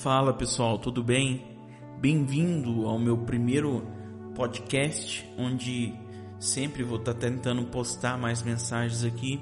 Fala pessoal, tudo bem? Bem-vindo ao meu primeiro podcast, onde sempre vou estar tentando postar mais mensagens aqui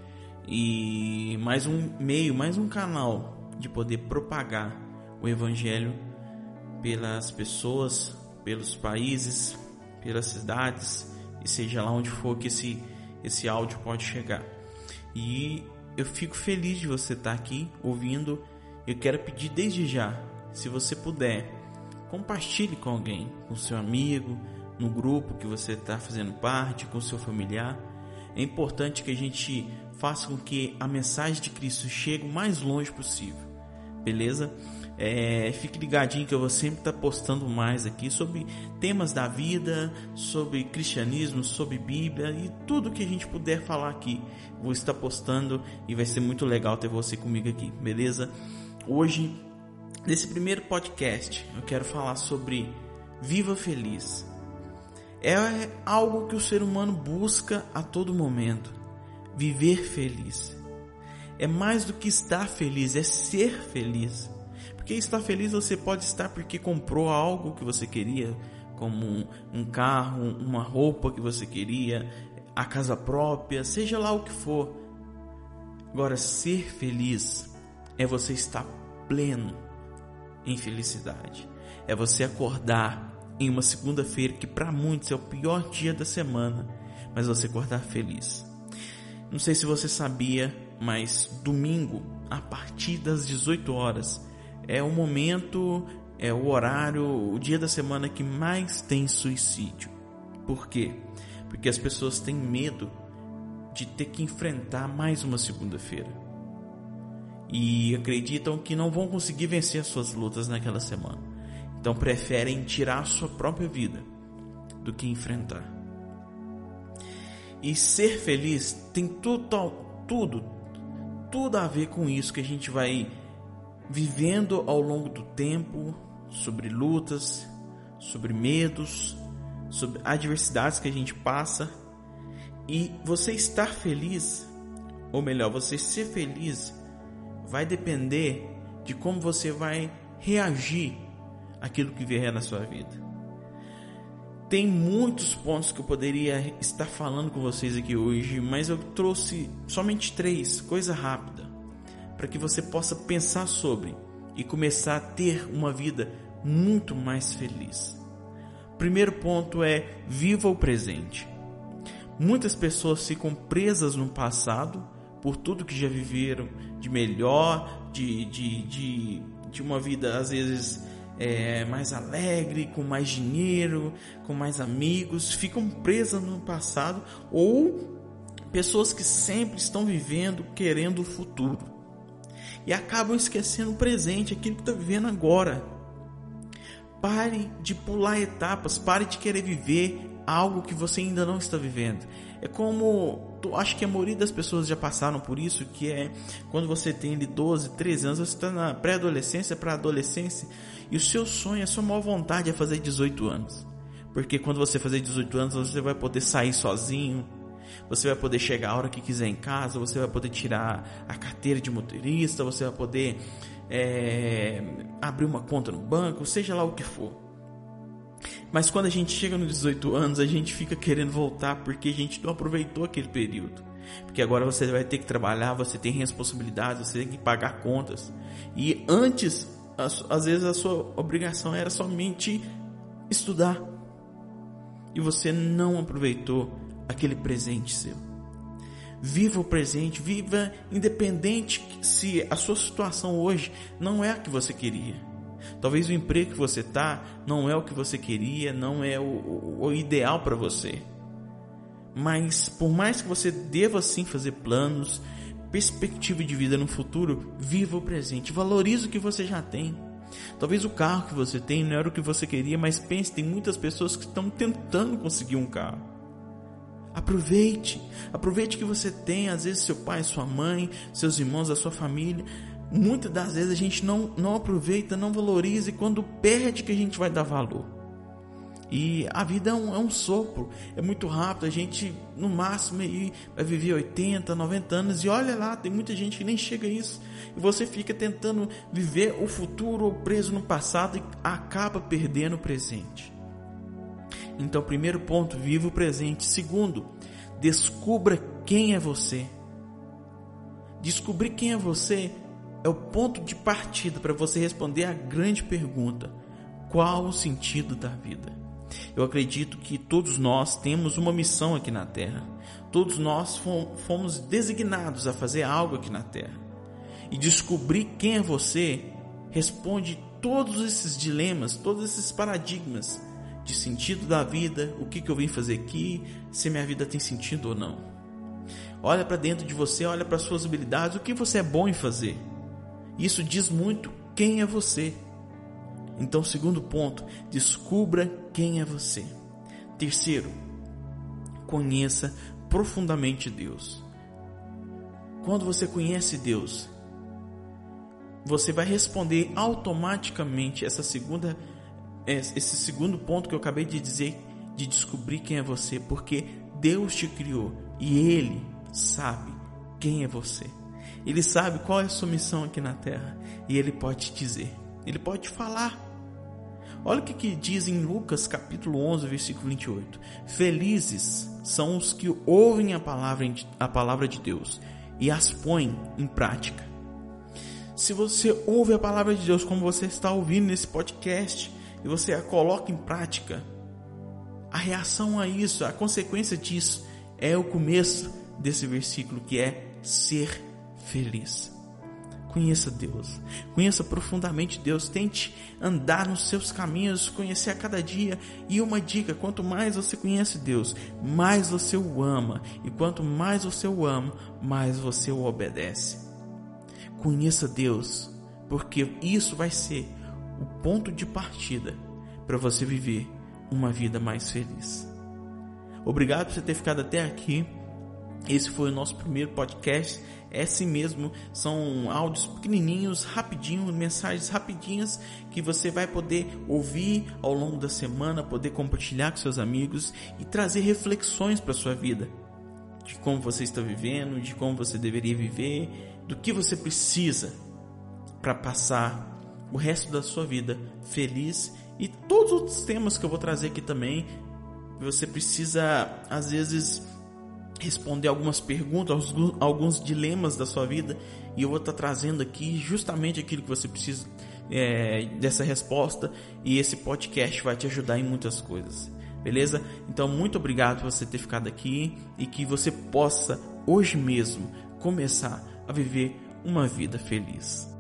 e mais um meio, mais um canal de poder propagar o Evangelho pelas pessoas, pelos países, pelas cidades e seja lá onde for que esse áudio pode chegar. E eu fico feliz de você estar aqui ouvindo. Eu quero pedir desde já, se você puder, compartilhe com alguém, com seu amigo, no grupo que você está fazendo parte, com seu familiar. É importante que a gente faça com que a mensagem de Cristo chegue o mais longe possível, beleza? Fique ligadinho que eu vou sempre estar postando mais aqui sobre temas da vida, sobre cristianismo, sobre Bíblia e tudo que a gente puder falar aqui. Vou estar postando e vai ser muito legal ter você comigo aqui, beleza? Hoje, nesse primeiro podcast, eu quero falar sobre Viva Feliz. É algo que o ser humano busca a todo momento, viver feliz. É mais do que estar feliz, é ser feliz. Porque estar feliz você pode estar porque comprou algo que você queria, como um carro, uma roupa que você queria, a casa própria, seja lá o que for. Agora, ser feliz é você estar pleno em felicidade. É você acordar em uma segunda-feira, que para muitos é o pior dia da semana, mas você acordar feliz. Não sei se você sabia, mas domingo, a partir das 18 horas, é o momento, é o horário, o dia da semana que mais tem suicídio. Por quê? Porque as pessoas têm medo de ter que enfrentar mais uma segunda-feira. E acreditam que não vão conseguir vencer as suas lutas naquela semana. Então preferem tirar a sua própria vida do que enfrentar. E ser feliz tem tudo a ver com isso que a gente vai vivendo ao longo do tempo, sobre lutas, sobre medos, sobre adversidades que a gente passa. E você estar feliz, ou melhor, você ser feliz, vai depender de como você vai reagir àquilo que vier na sua vida. Tem muitos pontos que eu poderia estar falando com vocês aqui hoje, mas eu trouxe somente 3, coisa rápida, para que você possa pensar sobre e começar a ter uma vida muito mais feliz. Primeiro ponto é: viva o presente. Muitas pessoas ficam presas no passado por tudo que já viveram de melhor, de uma vida às vezes mais alegre, com mais dinheiro, com mais amigos, ficam presas no passado, ou pessoas que sempre estão vivendo querendo o futuro e acabam esquecendo o presente, aquilo que está vivendo agora. Pare de pular etapas, pare de querer viver algo que você ainda não está vivendo. É como, acho que a maioria das pessoas já passaram por isso, que é quando você tem ali 12, 13 anos, você está na pré-adolescência para adolescência, e o seu sonho, a sua maior vontade é fazer 18 anos. Porque quando você fazer 18 anos, você vai poder sair sozinho, você vai poder chegar a hora que quiser em casa, você vai poder tirar a carteira de motorista, você vai poder abrir uma conta no banco, seja lá o que for. Mas quando a gente chega nos 18 anos, a gente fica querendo voltar porque a gente não aproveitou aquele período. Porque agora você vai ter que trabalhar, você tem responsabilidades, você tem que pagar contas. E antes, às vezes a sua obrigação era somente estudar. E você não aproveitou aquele presente seu. Viva o presente, viva independente se a sua situação hoje não é a que você queria. Talvez o emprego que você está não é o que você queria, não é o ideal para você. Mas por mais que você deva sim fazer planos, perspectiva de vida no futuro, viva o presente, valorize o que você já tem. Talvez o carro que você tem não era o que você queria, mas pense, tem muitas pessoas que estão tentando conseguir um carro. Aproveite que você tem, às vezes seu pai, sua mãe, seus irmãos, a sua família. Muitas das vezes a gente não aproveita, não valoriza, e quando perde que a gente vai dar valor. E a vida é um sopro, é muito rápido. A gente no máximo aí vai viver 80, 90 anos, e olha lá, tem muita gente que nem chega a isso, e você fica tentando viver o futuro ou preso no passado e acaba perdendo o presente. Então, primeiro ponto, viva o presente. Segundo, descubra quem é você. Descobrir quem é você é o ponto de partida para você responder a grande pergunta: qual o sentido da vida? Eu acredito que todos nós temos uma missão aqui na Terra. Todos nós fomos designados a fazer algo aqui na Terra. E descobrir quem é você responde todos esses dilemas, todos esses paradigmas de sentido da vida, o que eu vim fazer aqui, se minha vida tem sentido ou não. Olha para dentro de você, olha para suas habilidades, o que você é bom em fazer. Isso diz muito quem é você. Então, segundo ponto, descubra quem é você. Terceiro, conheça profundamente Deus. Quando você conhece Deus, você vai responder automaticamente esse segundo ponto que eu acabei de dizer, de descobrir quem é você, porque Deus te criou e Ele sabe quem é você. Ele sabe qual é a sua missão aqui na Terra e Ele pode te dizer, Ele pode te falar. Olha o que diz em Lucas capítulo 11, versículo 28. Felizes são os que ouvem a palavra de Deus e as põem em prática. Se você ouve a palavra de Deus como você está ouvindo nesse podcast e você a coloca em prática, a reação a isso, a consequência disso é o começo desse versículo, que é ser feliz. Conheça Deus, conheça profundamente Deus, tente andar nos seus caminhos, conhecer a cada dia. E uma dica: quanto mais você conhece Deus, mais você o ama, e quanto mais você o ama, mais você o obedece. Conheça Deus, porque isso vai ser o ponto de partida para você viver uma vida mais feliz. Obrigado por você ter ficado até aqui. Esse foi o nosso primeiro podcast. É assim mesmo, são áudios pequenininhos, rapidinho, mensagens rapidinhas que você vai poder ouvir ao longo da semana, poder compartilhar com seus amigos e trazer reflexões para a sua vida, de como você está vivendo, de como você deveria viver, do que você precisa para passar o resto da sua vida feliz. E todos os outros temas que eu vou trazer aqui também, você precisa às vezes responder algumas perguntas, alguns dilemas da sua vida, e eu vou estar trazendo aqui justamente aquilo que você precisa dessa resposta, e esse podcast vai te ajudar em muitas coisas, beleza? Então, muito obrigado por você ter ficado aqui, e que você possa hoje mesmo começar a viver uma vida feliz.